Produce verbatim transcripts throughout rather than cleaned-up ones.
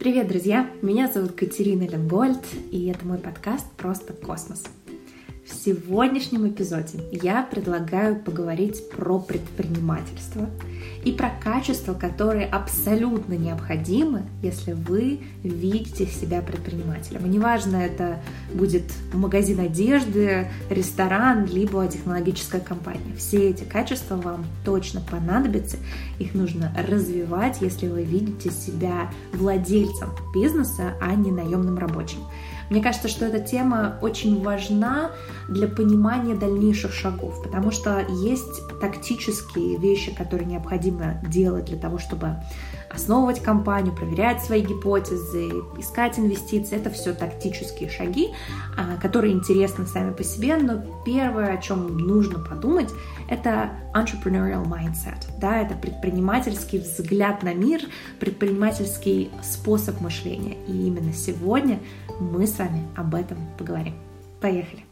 Привет, друзья! Меня зовут Катерина Ленгольд, и это мой подкаст «Просто космос». В сегодняшнем эпизоде я предлагаю поговорить про предпринимательство и про качества, которые абсолютно необходимы, если вы видите себя предпринимателем. И неважно, это будет магазин одежды, ресторан, либо технологическая компания. Все эти качества вам точно понадобятся. Их нужно развивать, если вы видите себя владельцем бизнеса, а не наемным рабочим. Мне кажется, что эта тема очень важна для понимания дальнейших шагов, потому что есть тактические вещи, которые необходимо делать для того, чтобы основывать компанию, проверять свои гипотезы, искать инвестиции. Это все тактические шаги, которые интересны сами по себе, но первое, о чем нужно подумать, это entrepreneurial mindset, да, это предпринимательский взгляд на мир, предпринимательский способ мышления. И именно сегодня мы с вами об этом поговорим. Поехали!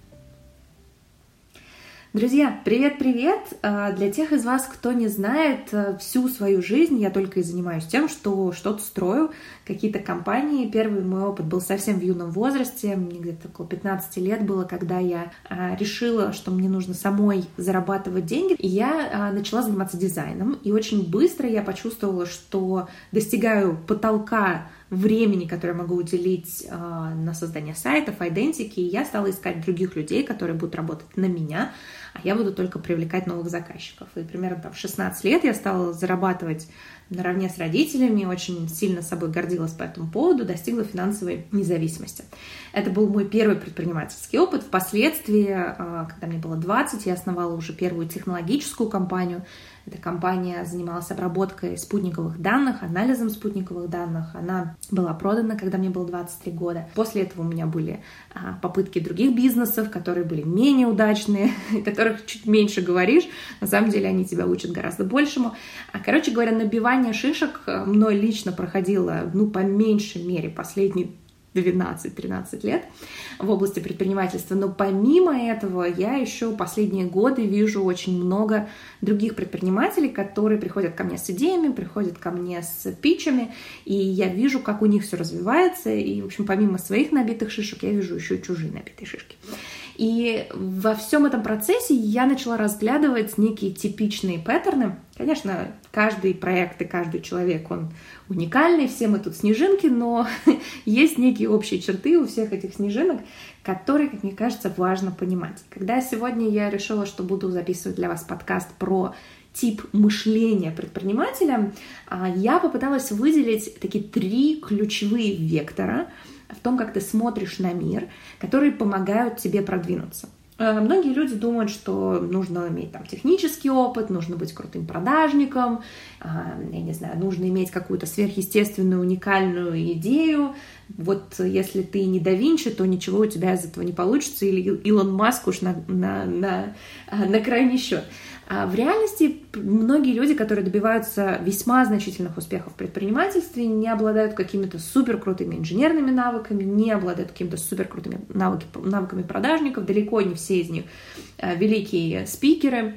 Друзья, привет-привет! Для тех из вас, кто не знает, всю свою жизнь я только и занимаюсь тем, что что-то строю, какие-то компании. Первый мой опыт был совсем в юном возрасте, мне где-то около пятнадцати лет было, когда я решила, что мне нужно самой зарабатывать деньги. И я начала заниматься дизайном, и очень быстро я почувствовала, что достигаю потолка времени, которое я могу уделить э, на создание сайтов, идентики, и я стала искать других людей, которые будут работать на меня, а я буду только привлекать новых заказчиков. И примерно там, в шестнадцать лет я стала зарабатывать наравне с родителями, очень сильно собой гордилась по этому поводу, достигла финансовой независимости. Это был мой первый предпринимательский опыт. Впоследствии, э, когда мне было двадцать, я основала уже первую технологическую компанию. Эта компания занималась обработкой спутниковых данных, анализом спутниковых данных. Она была продана, когда мне было двадцать три года. После этого у меня были а, попытки других бизнесов, которые были менее удачные, о которых чуть меньше говоришь. На самом деле они тебя учат гораздо большему. А, короче говоря, набивание шишек мной лично проходило, ну, по меньшей мере, последние двенадцать-тринадцать лет в области предпринимательства. Но помимо этого я еще последние годы вижу очень много других предпринимателей, которые приходят ко мне с идеями, приходят ко мне с питчами, и я вижу, как у них все развивается. И, в общем, помимо своих набитых шишек, я вижу еще и чужие набитые шишки. И во всем этом процессе я начала разглядывать некие типичные паттерны. Конечно, каждый проект и каждый человек, он уникальный, все мы тут снежинки, но есть некие общие черты у всех этих снежинок, которые, как мне кажется, важно понимать. Когда сегодня я решила, что буду записывать для вас подкаст про тип мышления предпринимателя, я попыталась выделить такие три ключевые вектора в том, как ты смотришь на мир, которые помогают тебе продвинуться. Многие люди думают, что нужно иметь там технический опыт, нужно быть крутым продажником, я не знаю, нужно иметь какую-то сверхъестественную, уникальную идею. Вот если ты не да Винчи, то ничего у тебя из этого не получится, или Илон Маск уж на, на, на, на крайний счет. А в реальности многие люди, которые добиваются весьма значительных успехов в предпринимательстве, не обладают какими-то суперкрутыми инженерными навыками, не обладают какими-то суперкрутыми навыками, навыками продажников, далеко не все из них великие спикеры,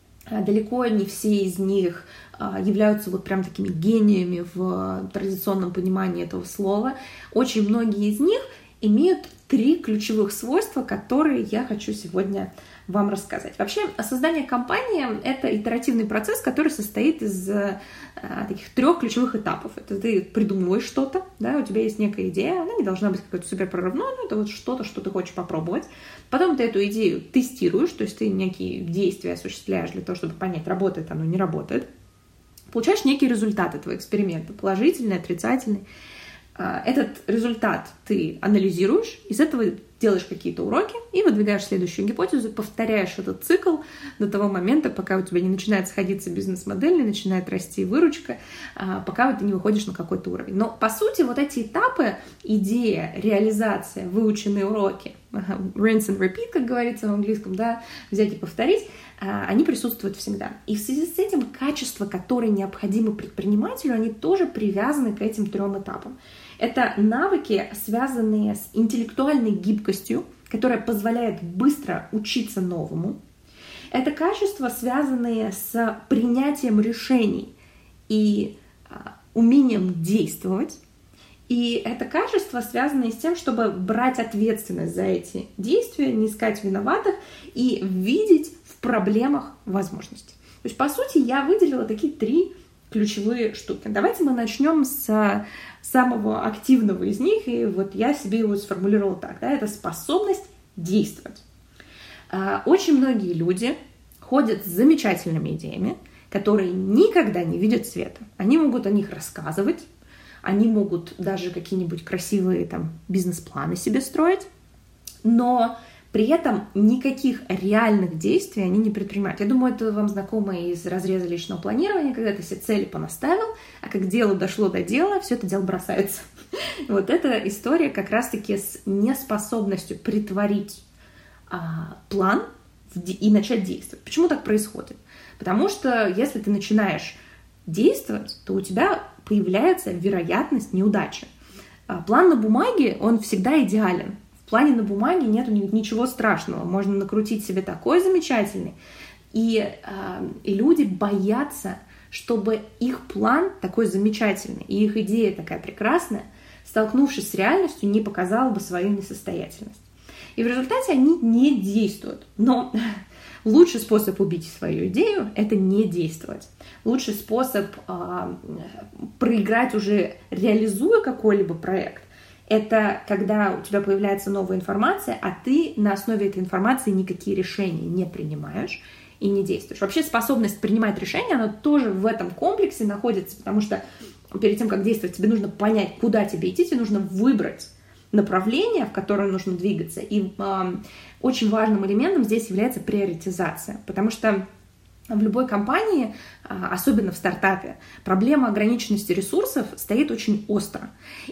далеко не все из них являются вот прям такими гениями в традиционном понимании этого слова. Очень многие из них имеют три ключевых свойства, которые я хочу сегодня вам рассказать. Вообще, создание компании — это итеративный процесс, который состоит из а, таких трех ключевых этапов. Это ты придумываешь что-то, да, у тебя есть некая идея, она не должна быть какой-то суперпрорывной, но это вот что-то, что ты хочешь попробовать. Потом ты эту идею тестируешь, то есть ты некие действия осуществляешь для того, чтобы понять, работает оно, не работает. Получаешь некий результат этого эксперимента, положительный, отрицательный. Этот результат ты анализируешь, из этого делаешь какие-то уроки и выдвигаешь следующую гипотезу, повторяешь этот цикл до того момента, пока у тебя не начинает сходиться бизнес-модель, не начинает расти выручка, пока ты не выходишь на какой-то уровень. Но, по сути, вот эти этапы — идея, реализация, выученные уроки, rinse and repeat, как говорится в английском, да, взять и повторить, они присутствуют всегда. И в связи с этим качества, которые необходимы предпринимателю, они тоже привязаны к этим трем этапам. Это навыки, связанные с интеллектуальной гибкостью, которая позволяет быстро учиться новому. Это качества, связанные с принятием решений и умением действовать. И это качество связано и с тем, чтобы брать ответственность за эти действия, не искать виноватых и видеть в проблемах возможности. То есть, по сути, я выделила такие три ключевые штуки. Давайте мы начнем с самого активного из них, и вот я себе его сформулировала так, да, это способность действовать. Очень многие люди ходят с замечательными идеями, которые никогда не видят света. Они могут о них рассказывать, они могут даже какие-нибудь красивые там бизнес-планы себе строить, но при этом никаких реальных действий они не предпринимают. Я думаю, это вам знакомо из разреза личного планирования, когда ты себе цели понаставил, а как дело дошло до дела, все это дело бросается. Вот эта история как раз-таки с неспособностью притворить а, план и начать действовать. Почему так происходит? Потому что если ты начинаешь действовать, то у тебя появляется вероятность неудачи. План на бумаге, он всегда идеален. В плане на бумаге нет ничего страшного. Можно накрутить себе такой замечательный. И, и люди боятся, чтобы их план такой замечательный, и их идея такая прекрасная, столкнувшись с реальностью, не показала бы свою несостоятельность. И в результате они не действуют. Но лучший способ убить свою идею – это не действовать. Лучший способ э, проиграть уже, реализуя какой-либо проект, это когда у тебя появляется новая информация, а ты на основе этой информации никакие решения не принимаешь и не действуешь. Вообще способность принимать решения, она тоже в этом комплексе находится, потому что перед тем, как действовать, тебе нужно понять, куда тебе идти, тебе нужно выбрать направление, в которое нужно двигаться. И э, очень важным элементом здесь является приоритизация, потому что в любой компании, особенно в стартапе, проблема ограниченности ресурсов стоит очень остро.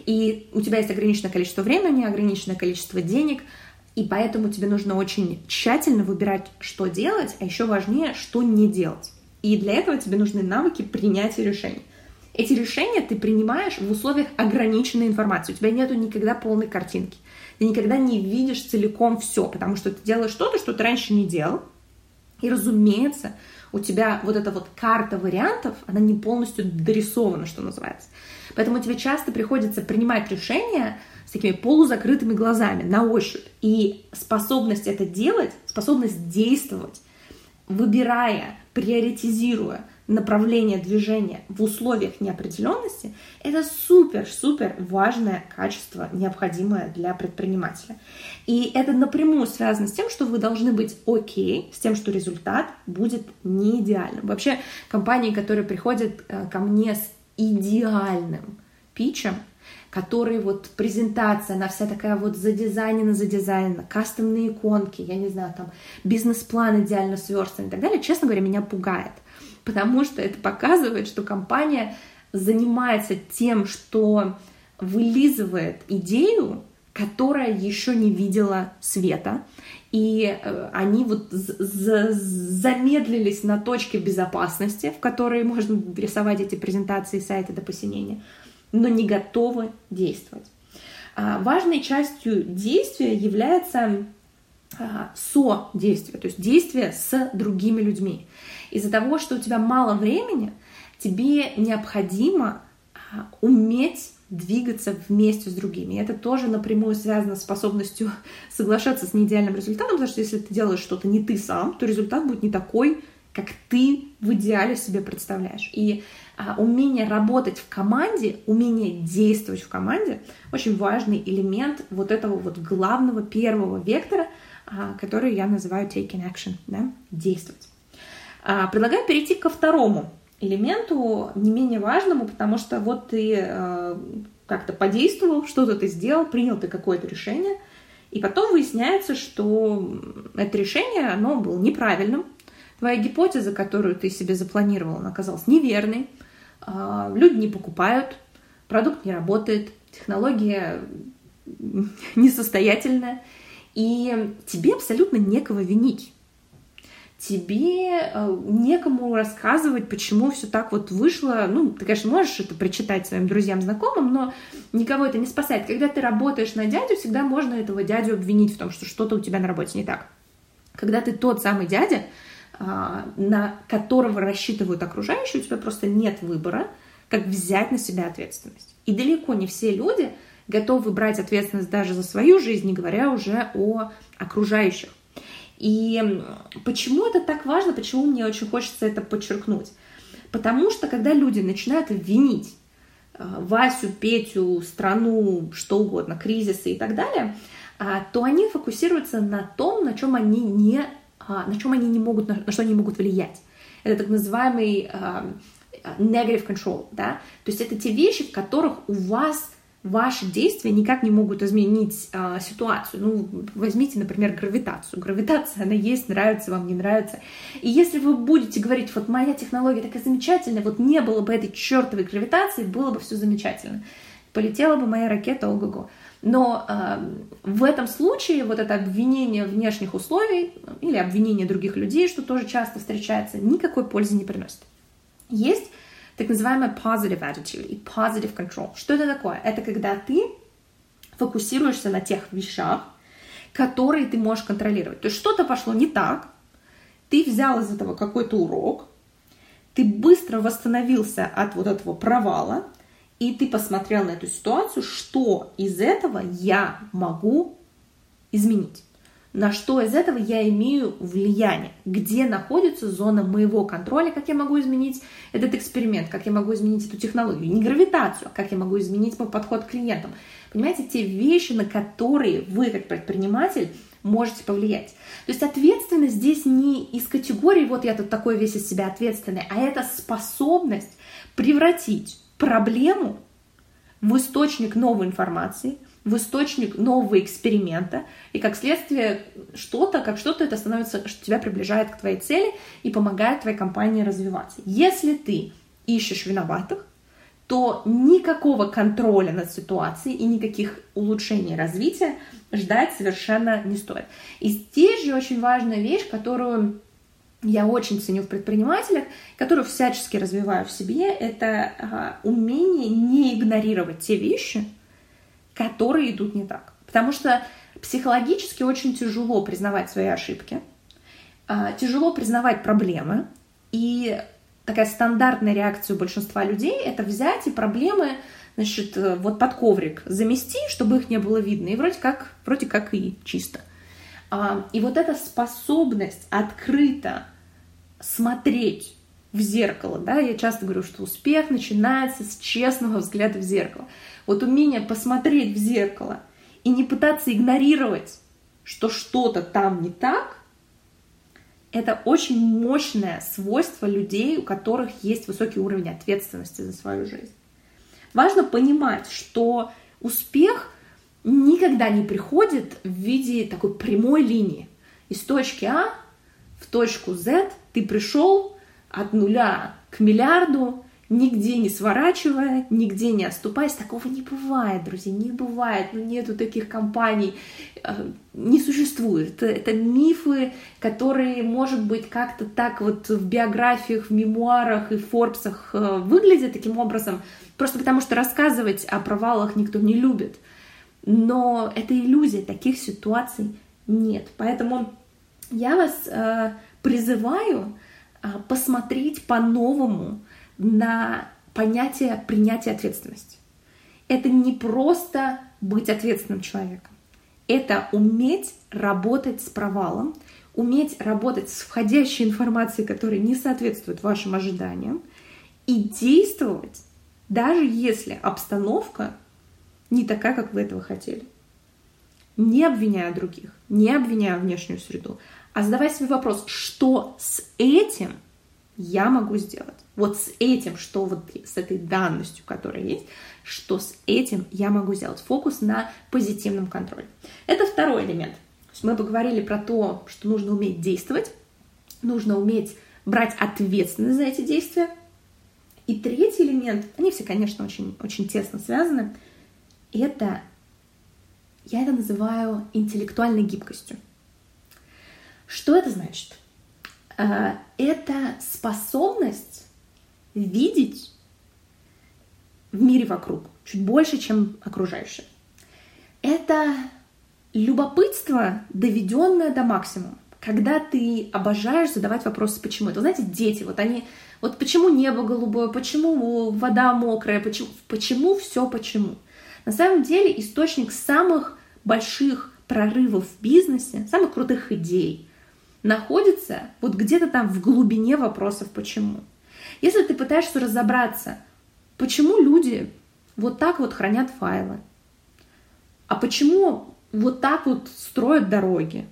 И у тебя есть ограниченное количество времени, ограниченное количество денег, и поэтому тебе нужно очень тщательно выбирать, что делать, а еще важнее, что не делать. И для этого тебе нужны навыки принятия решений. Эти решения ты принимаешь в условиях ограниченной информации. У тебя нету никогда полной картинки. Ты никогда не видишь целиком все, потому что ты делаешь что-то, что ты раньше не делал. И, разумеется, у тебя вот эта вот карта вариантов, она не полностью дорисована, что называется. Поэтому тебе часто приходится принимать решения с такими полузакрытыми глазами, на ощупь. И способность это делать, способность действовать, выбирая, приоритизируя направление движения в условиях неопределенности, это супер-супер важное качество, необходимое для предпринимателя. И это напрямую связано с тем, что вы должны быть окей с тем, что результат будет не идеальным. Вообще, компании, которые приходят ко мне с идеальным питчем, который вот презентация, она вся такая вот задизайнена, задизайнена, кастомные иконки, я не знаю, там бизнес-план идеально сверстан и так далее, честно говоря, меня пугает. Потому что это показывает, что компания занимается тем, что вылизывает идею, которая еще не видела света. И они вот замедлились на точке безопасности, в которой можно рисовать эти презентации сайта до посинения, но не готовы действовать. Важной частью действия является содействие, то есть действие с другими людьми. Из-за того, что у тебя мало времени, тебе необходимо уметь двигаться вместе с другими. И это тоже напрямую связано с способностью соглашаться с неидеальным результатом, потому что если ты делаешь что-то не ты сам, то результат будет не такой, как ты в идеале себе представляешь. И а, умение работать в команде, умение действовать в команде очень важный элемент вот этого вот главного первого вектора, а, который я называю taking action, да, действовать. А, предлагаю перейти ко второму элементу, не менее важному, потому что вот ты э, как-то подействовал, что-то ты сделал, принял ты какое-то решение, и потом выясняется, что это решение, оно было неправильным, твоя гипотеза, которую ты себе запланировал, она оказалась неверной, э, люди не покупают, продукт не работает, технология несостоятельная, и тебе абсолютно некого винить. Тебе некому рассказывать, почему все так вот вышло. Ну, ты, конечно, можешь это прочитать своим друзьям, знакомым, но никого это не спасает. Когда ты работаешь на дядю, всегда можно этого дядю обвинить в том, что что-то у тебя на работе не так. Когда ты тот самый дядя, на которого рассчитывают окружающие, у тебя просто нет выбора, как взять на себя ответственность. И далеко не все люди готовы брать ответственность даже за свою жизнь, не говоря уже о окружающих. И почему это так важно, почему мне очень хочется это подчеркнуть? Потому что когда люди начинают винить Васю, Петю, страну, что угодно, кризисы и так далее, то они фокусируются на том, на чем они не, на чем они не могут, на что они могут влиять. Это так называемый negative control, да? То есть это те вещи, в которых у вас ваши действия никак не могут изменить а, ситуацию. Ну, возьмите, например, гравитацию. Гравитация, она есть, нравится вам, не нравится. И если вы будете говорить, вот моя технология такая замечательная, вот не было бы этой чертовой гравитации, было бы все замечательно. Полетела бы моя ракета, ого-го. Но а, в этом случае вот это обвинение внешних условий или обвинение других людей, что тоже часто встречается, никакой пользы не приносит. Есть так называемая positive attitude и positive control. Что это такое? Это когда ты фокусируешься на тех вещах, которые ты можешь контролировать. То есть что-то пошло не так, ты взял из этого какой-то урок, ты быстро восстановился от вот этого провала, и ты посмотрел на эту ситуацию, что из этого я могу изменить. На что из этого я имею влияние, где находится зона моего контроля, как я могу изменить этот эксперимент, как я могу изменить эту технологию, не гравитацию, а как я могу изменить мой подход к клиентам. Понимаете, те вещи, на которые вы, как предприниматель, можете повлиять. То есть ответственность здесь не из категории «вот я тут такой весь из себя ответственный», а это способность превратить проблему в источник новой информации, в источник нового эксперимента, и как следствие что-то, как что-то это становится, что тебя приближает к твоей цели и помогает твоей компании развиваться. Если ты ищешь виноватых, то никакого контроля над ситуацией и никаких улучшений развития ждать совершенно не стоит. И здесь же очень важная вещь, которую я очень ценю в предпринимателях, которую всячески развиваю в себе, это а, умение не игнорировать те вещи, которые идут не так. Потому что психологически очень тяжело признавать свои ошибки, тяжело признавать проблемы, и такая стандартная реакция у большинства людей — это взять и проблемы, значит, вот под коврик замести, чтобы их не было видно, и вроде как, вроде как и чисто. И вот эта способность открыто смотреть в зеркало, да, я часто говорю, что успех начинается с честного взгляда в зеркало. Вот умение посмотреть в зеркало и не пытаться игнорировать, что что-то там не так, это очень мощное свойство людей, у которых есть высокий уровень ответственности за свою жизнь. Важно понимать, что успех никогда не приходит в виде такой прямой линии. Из точки А в точку З ты пришел от нуля к миллиарду, нигде не сворачивая, нигде не оступаясь. Такого не бывает, друзья, не бывает. Ну, нету таких компаний, не существует. Это, это мифы, которые, может быть, как-то так вот в биографиях, в мемуарах и в Форбсах выглядят таким образом, просто потому что рассказывать о провалах никто не любит. Но это иллюзия, таких ситуаций нет. Поэтому я вас э, призываю э, посмотреть по-новому на понятие принятия ответственности. Это не просто быть ответственным человеком. Это уметь работать с провалом, уметь работать с входящей информацией, которая не соответствует вашим ожиданиям, и действовать, даже если обстановка не такая, как вы этого хотели. Не обвиняя других, не обвиняя внешнюю среду, а задавая себе вопрос, что с этим я могу сделать? Вот с этим, что вот с этой данностью, которая есть, что с этим я могу сделать? Фокус на позитивном контроле. Это второй элемент. То есть мы поговорили про то, что нужно уметь действовать, нужно уметь брать ответственность за эти действия. И третий элемент, они все, конечно, очень, очень тесно связаны, это, я это называю интеллектуальной гибкостью. Что это значит? Это способность видеть в мире вокруг чуть больше, чем окружающее. Это любопытство, доведенное до максимума. когда ты обожаешь задавать вопросы «почему?». Это, знаете, дети, вот они, вот почему небо голубое, почему вода мокрая, почему, почему все почему. На самом деле источник самых больших прорывов в бизнесе, самых крутых идей находится вот где-то там в глубине вопросов «почему?». Если ты пытаешься разобраться, почему люди вот так вот хранят файлы, а почему вот так вот строят дороги,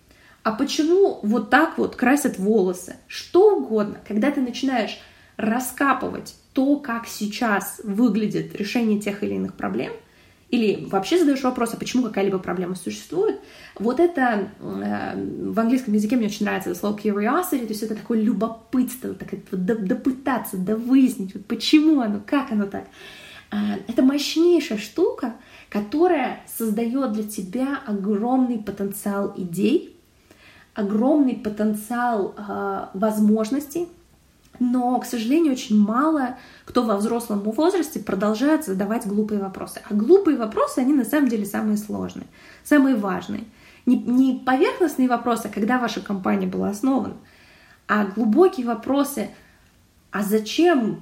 а почему вот так вот красят волосы, что угодно, когда ты начинаешь раскапывать то, как сейчас выглядит решение тех или иных проблем, или вообще задаешь вопрос, а почему какая-либо проблема существует, вот это э, в английском языке мне очень нравится это слово curiosity, то есть это такое любопытство, так, вот, допытаться, довыяснить, вот почему оно, как оно так. Э, это мощнейшая штука, которая создает для тебя огромный потенциал идей, огромный потенциал э, возможностей, но, к сожалению, очень мало кто во взрослом возрасте продолжает задавать глупые вопросы. А глупые вопросы, они на самом деле самые сложные, самые важные. Не, не поверхностные вопросы, когда ваша компания была основана, а глубокие вопросы, а зачем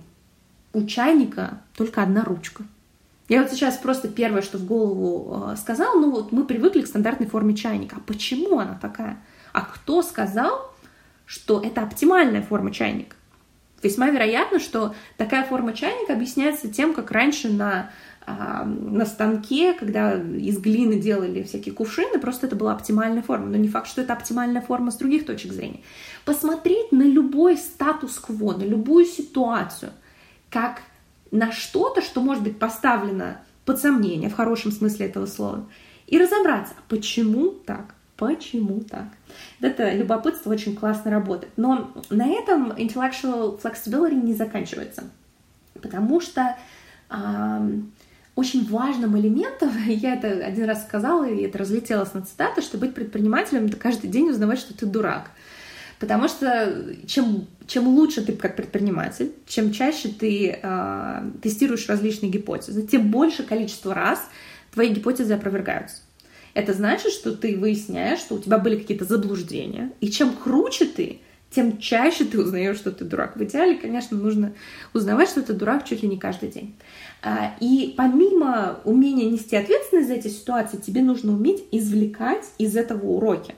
у чайника только одна ручка? Я вот сейчас просто первое, что в голову э, сказала, ну вот мы привыкли к стандартной форме чайника. А почему она такая? А кто сказал, что это оптимальная форма чайника? Весьма вероятно, что такая форма чайника объясняется тем, как раньше на, э, на станке, когда из глины делали всякие кувшины, просто это была оптимальная форма. Но не факт, что это оптимальная форма с других точек зрения. Посмотреть на любой статус-кво, на любую ситуацию, как на что-то, что может быть поставлено под сомнение, в хорошем смысле этого слова, и разобраться, почему так, почему так. Это любопытство очень классно работает. Но на этом intellectual flexibility не заканчивается, потому что э, очень важным элементом, я это один раз сказала, и это разлетелось на цитаты, что быть предпринимателем — это каждый день узнавать, что ты дурак. Потому что чем, чем лучше ты как предприниматель, чем чаще ты э, тестируешь различные гипотезы, тем больше количество раз твои гипотезы опровергаются. Это значит, что ты выясняешь, что у тебя были какие-то заблуждения. И чем круче ты, тем чаще ты узнаешь, что ты дурак. В идеале, конечно, нужно узнавать, что ты дурак чуть ли не каждый день. И помимо умения нести ответственность за эти ситуации, тебе нужно уметь извлекать из этого уроки.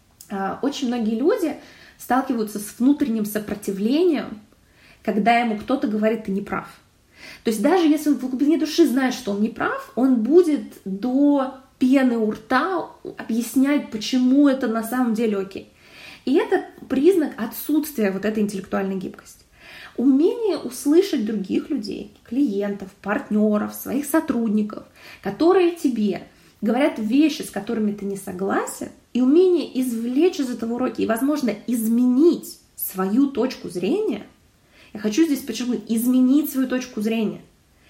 Очень многие люди сталкиваются с внутренним сопротивлением, когда ему кто-то говорит: ты не прав. То есть даже если он в глубине души знает, что он не прав, он будет до пены у рта объяснять, почему это на самом деле окей. И это признак отсутствия вот этой интеллектуальной гибкости. Умение услышать других людей, клиентов, партнеров, своих сотрудников, которые тебе говорят вещи, с которыми ты не согласен, и умение извлечь из этого уроки и, возможно, изменить свою точку зрения. Я хочу здесь подчеркнуть: изменить свою точку зрения.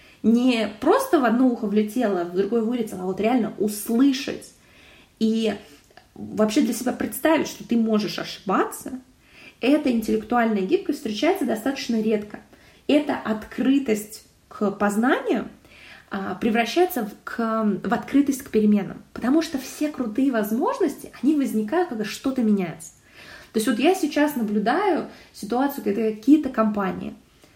Не просто в одно ухо влетело, в другое вылетело, а вот реально услышать и вообще для себя представить, что ты можешь ошибаться. Эта интеллектуальная гибкость встречается достаточно редко. Эта открытость к познанию превращается в, к, в открытость к переменам. Потому что все крутые возможности, они возникают, когда что-то меняется. То есть вот я сейчас наблюдаю ситуацию, когда какие-то компании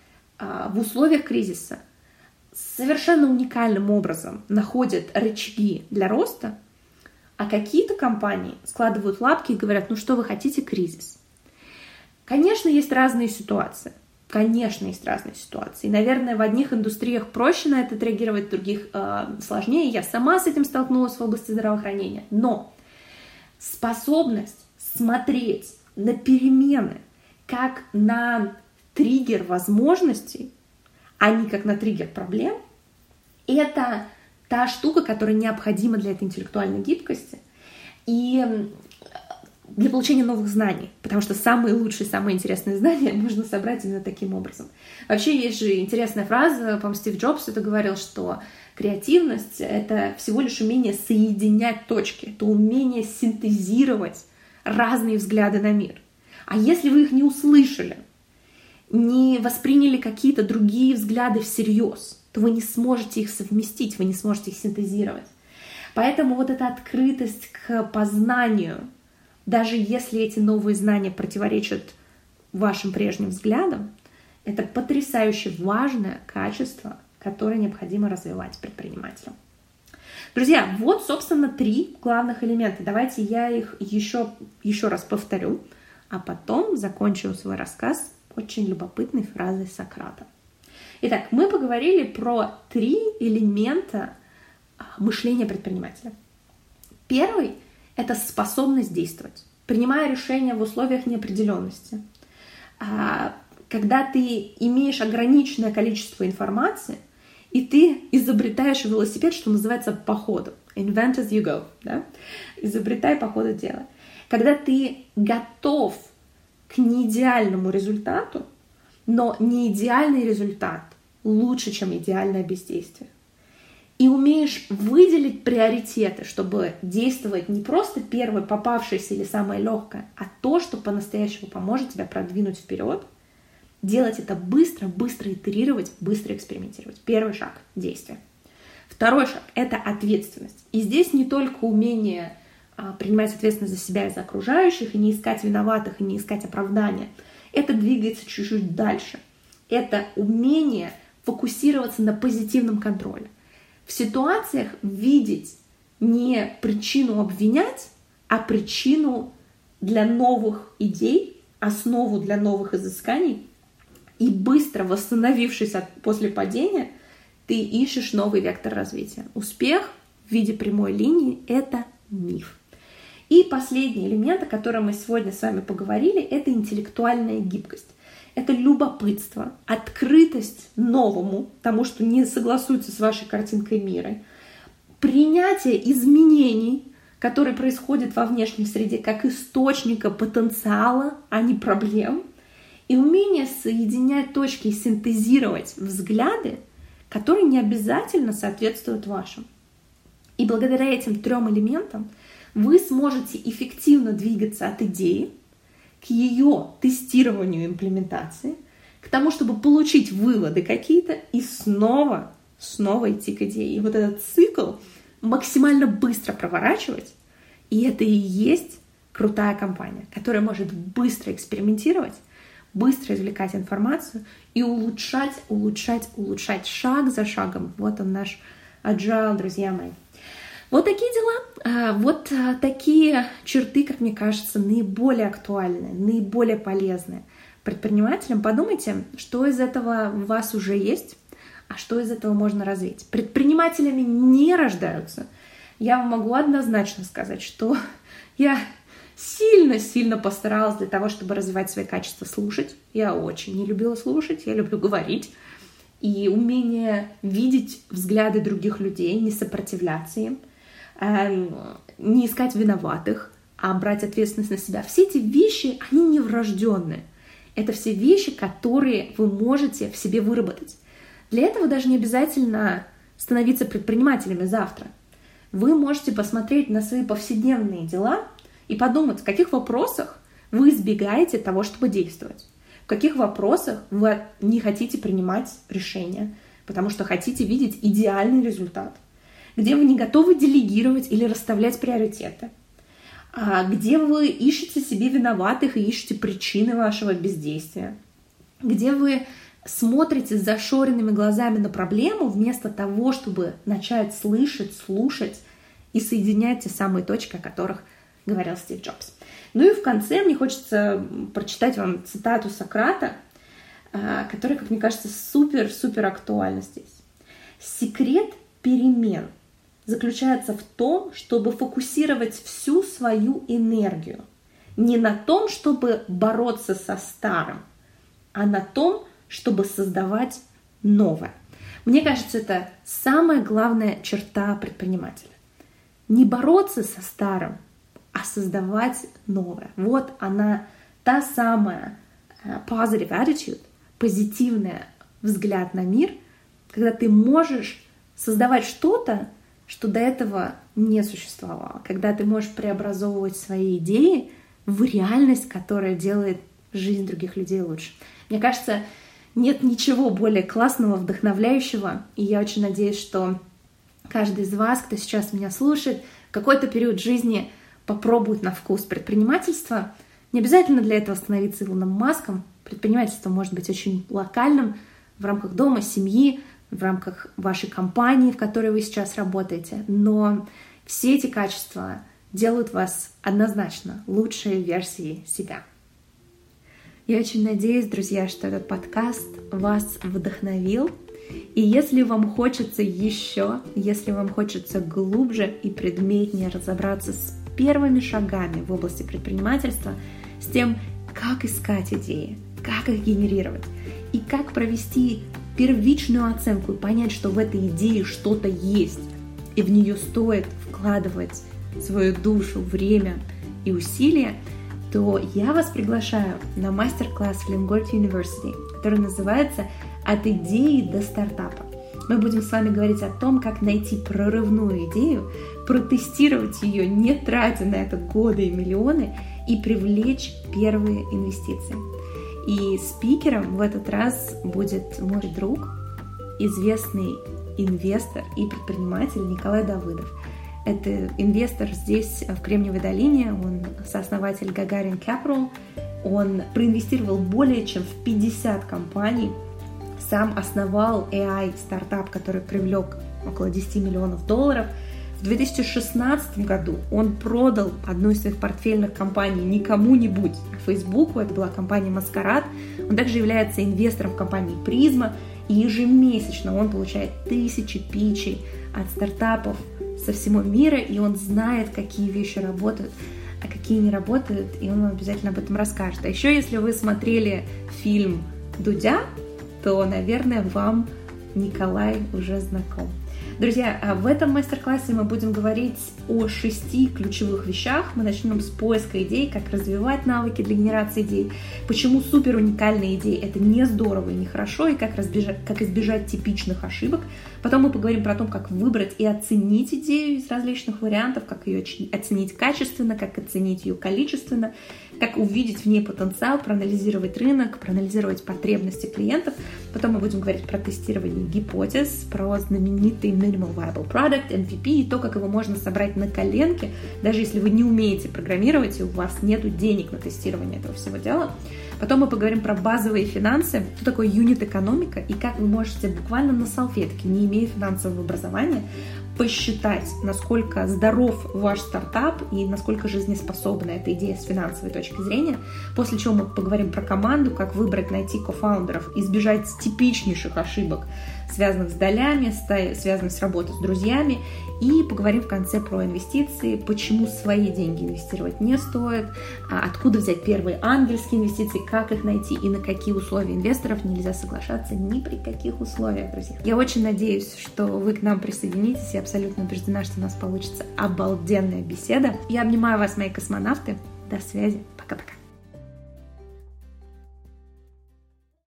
в условиях кризиса совершенно уникальным образом находят рычаги для роста, а какие-то компании складывают лапки и говорят: ну что вы хотите, кризис. Конечно, есть разные ситуации. Конечно, есть разные ситуации. И, наверное, в одних индустриях проще на это реагировать, в других э, сложнее. Я сама с этим столкнулась в области здравоохранения. Но способность смотреть на перемены как на триггер возможностей, а не как на триггер проблем, это та штука, которая необходима для этой интеллектуальной гибкости и для получения новых знаний, потому что самые лучшие, самые интересные знания можно собрать именно таким образом. Вообще есть же интересная фраза, по-моему, Стив Джобс это говорил, что креативность — это всего лишь умение соединять точки, это умение синтезировать разные взгляды на мир. А если вы их не услышали, не восприняли какие-то другие взгляды всерьез, то вы не сможете их совместить, вы не сможете их синтезировать. Поэтому вот эта открытость к познанию даже если эти новые знания противоречат вашим прежним взглядам, это потрясающе важное качество, которое необходимо развивать предпринимателям. Друзья, вот, собственно, три главных элемента. Давайте я их еще, еще раз повторю, а потом закончу свой рассказ очень любопытной фразой Сократа. Итак, мы поговорили про три элемента мышления предпринимателя. Первый – это способность действовать, принимая решения в условиях неопределенности. Когда ты имеешь ограниченное количество информации, и ты изобретаешь велосипед, что называется, по ходу. Invent as you go. Да? Изобретай по ходу дела. Когда ты готов к неидеальному результату, но не идеальный результат лучше, чем идеальное бездействие. И умеешь выделить приоритеты, чтобы действовать не просто первое попавшееся или самое легкое, а то, что по-настоящему поможет тебя продвинуть вперед. Делать это быстро, быстро итерировать, быстро экспериментировать. Первый шаг – действие. Второй шаг – это ответственность. И здесь не только умение а, принимать ответственность за себя и за окружающих, и не искать виноватых, и не искать оправдания. Это двигается чуть-чуть дальше. Это умение фокусироваться на позитивном контроле. В ситуациях видеть не причину обвинять, а причину для новых идей, основу для новых изысканий. И быстро восстановившись от, после падения, ты ищешь новый вектор развития. Успех в виде прямой линии – это миф. И последний элемент, о котором мы сегодня с вами поговорили, это интеллектуальная гибкость. Это любопытство, открытость новому, тому, что не согласуется с вашей картинкой мира, принятие изменений, которые происходят во внешней среде, как источника потенциала, а не проблем, и умение соединять точки и синтезировать взгляды, которые не обязательно соответствуют вашим. И благодаря этим трем элементам вы сможете эффективно двигаться от идеи к ее тестированию и имплементации, к тому, чтобы получить выводы какие-то и снова, снова идти к идее. И вот этот цикл максимально быстро проворачивать, и это и есть крутая компания, которая может быстро экспериментировать, быстро извлекать информацию и улучшать, улучшать, улучшать шаг за шагом. Вот он наш agile, друзья мои. Вот такие дела, вот такие черты, как мне кажется, наиболее актуальные, наиболее полезные предпринимателям. Подумайте, что из этого у вас уже есть, а что из этого можно развить. Предпринимателями не рождаются. Я вам могу однозначно сказать, что я сильно-сильно постаралась для того, чтобы развивать свои качества слушать. Я очень не любила слушать, я люблю говорить. И умение видеть взгляды других людей, не сопротивляться им, не искать виноватых, а брать ответственность на себя. Все эти вещи, они не врожденные. Это все вещи, которые вы можете в себе выработать. Для этого даже не обязательно становиться предпринимателями завтра. Вы можете посмотреть на свои повседневные дела и подумать, в каких вопросах вы избегаете того, чтобы действовать. В каких вопросах вы не хотите принимать решения, потому что хотите видеть идеальный результат. Где вы не готовы делегировать или расставлять приоритеты. Где вы ищете себе виноватых и ищете причины вашего бездействия. Где вы смотрите с зашоренными глазами на проблему, вместо того, чтобы начать слышать, слушать и соединять те самые точки, о которых говорил Стив Джобс. Ну и в конце мне хочется прочитать вам цитату Сократа, которая, как мне кажется, супер-супер актуальна здесь. «Секрет перемен заключается в том, чтобы фокусировать всю свою энергию не на том, чтобы бороться со старым, а на том, чтобы создавать новое». Мне кажется, это самая главная черта предпринимателя. Не бороться со старым, а создавать новое. Вот она, та самая positive attitude, позитивный взгляд на мир, когда ты можешь создавать что-то, что до этого не существовало. Когда ты можешь преобразовывать свои идеи в реальность, которая делает жизнь других людей лучше. Мне кажется, нет ничего более классного, вдохновляющего. И я очень надеюсь, что каждый из вас, кто сейчас меня слушает, в какой-то период жизни попробуют на вкус предпринимательство. Не обязательно для этого становиться Илоном Маском. Предпринимательство может быть очень локальным, в рамках дома, семьи, в рамках вашей компании, в которой вы сейчас работаете. Но все эти качества делают вас однозначно лучшей версией себя. Я очень надеюсь, друзья, что этот подкаст вас вдохновил. И если вам хочется еще, если вам хочется глубже и предметнее разобраться с первыми шагами в области предпринимательства, с тем, как искать идеи, как их генерировать и как провести первичную оценку и понять, что в этой идее что-то есть, и в нее стоит вкладывать свою душу, время и усилия, то я вас приглашаю на мастер-класс в Limgold University, который называется «От идеи до стартапа». Мы будем с вами говорить о том, как найти прорывную идею, протестировать ее, не тратя на это годы и миллионы, и привлечь первые инвестиции. И спикером в этот раз будет мой друг, известный инвестор и предприниматель Николай Давыдов. Это инвестор здесь, в Кремниевой долине, он сооснователь Gagarin Capital, он проинвестировал более чем в пятьдесят компаний, сам основал эй ай-стартап, который привлек около десять миллионов долларов. В две тысячи шестнадцатом году он продал одну из своих портфельных компаний не кому-нибудь, а Фейсбуку, это была компания Маскарад. Он также является инвестором в компании Призма, и ежемесячно он получает тысячи питчей от стартапов со всего мира, и он знает, какие вещи работают, а какие не работают, и он вам обязательно об этом расскажет. А еще, если вы смотрели фильм «Дудя», то, наверное, вам Николай уже знаком. Друзья, в этом мастер-классе мы будем говорить о шести ключевых вещах. Мы начнем с поиска идей, как развивать навыки для генерации идей, почему супер уникальные идеи — это не здорово и не хорошо, и как, разбежать, как избежать типичных ошибок. Потом мы поговорим про то, как выбрать и оценить идею из различных вариантов, как ее оценить качественно, как оценить ее количественно, как увидеть в ней потенциал, проанализировать рынок, проанализировать потребности клиентов. Потом мы будем говорить про тестирование гипотез, про знаменитый Minimal Viable Product, эм ви пи, и то, как его можно собрать на коленке, даже если вы не умеете программировать и у вас нет денег на тестирование этого всего дела. Потом мы поговорим про базовые финансы, что такое юнит-экономика и как вы можете буквально на салфетке, не имея финансового образования, посчитать, насколько здоров ваш стартап и насколько жизнеспособна эта идея с финансовой точки зрения. После чего мы поговорим про команду, как выбрать, найти кофаундеров, избежать типичнейших ошибок, связанных с долями, связанных с работой с друзьями. И поговорим в конце про инвестиции, почему свои деньги инвестировать не стоит, откуда взять первые ангельские инвестиции, как их найти и на какие условия инвесторов нельзя соглашаться ни при каких условиях, друзья. Я очень надеюсь, что вы к нам присоединитесь. Я абсолютно убеждена, что у нас получится обалденная беседа. Я обнимаю вас, мои космонавты. До связи. Пока-пока.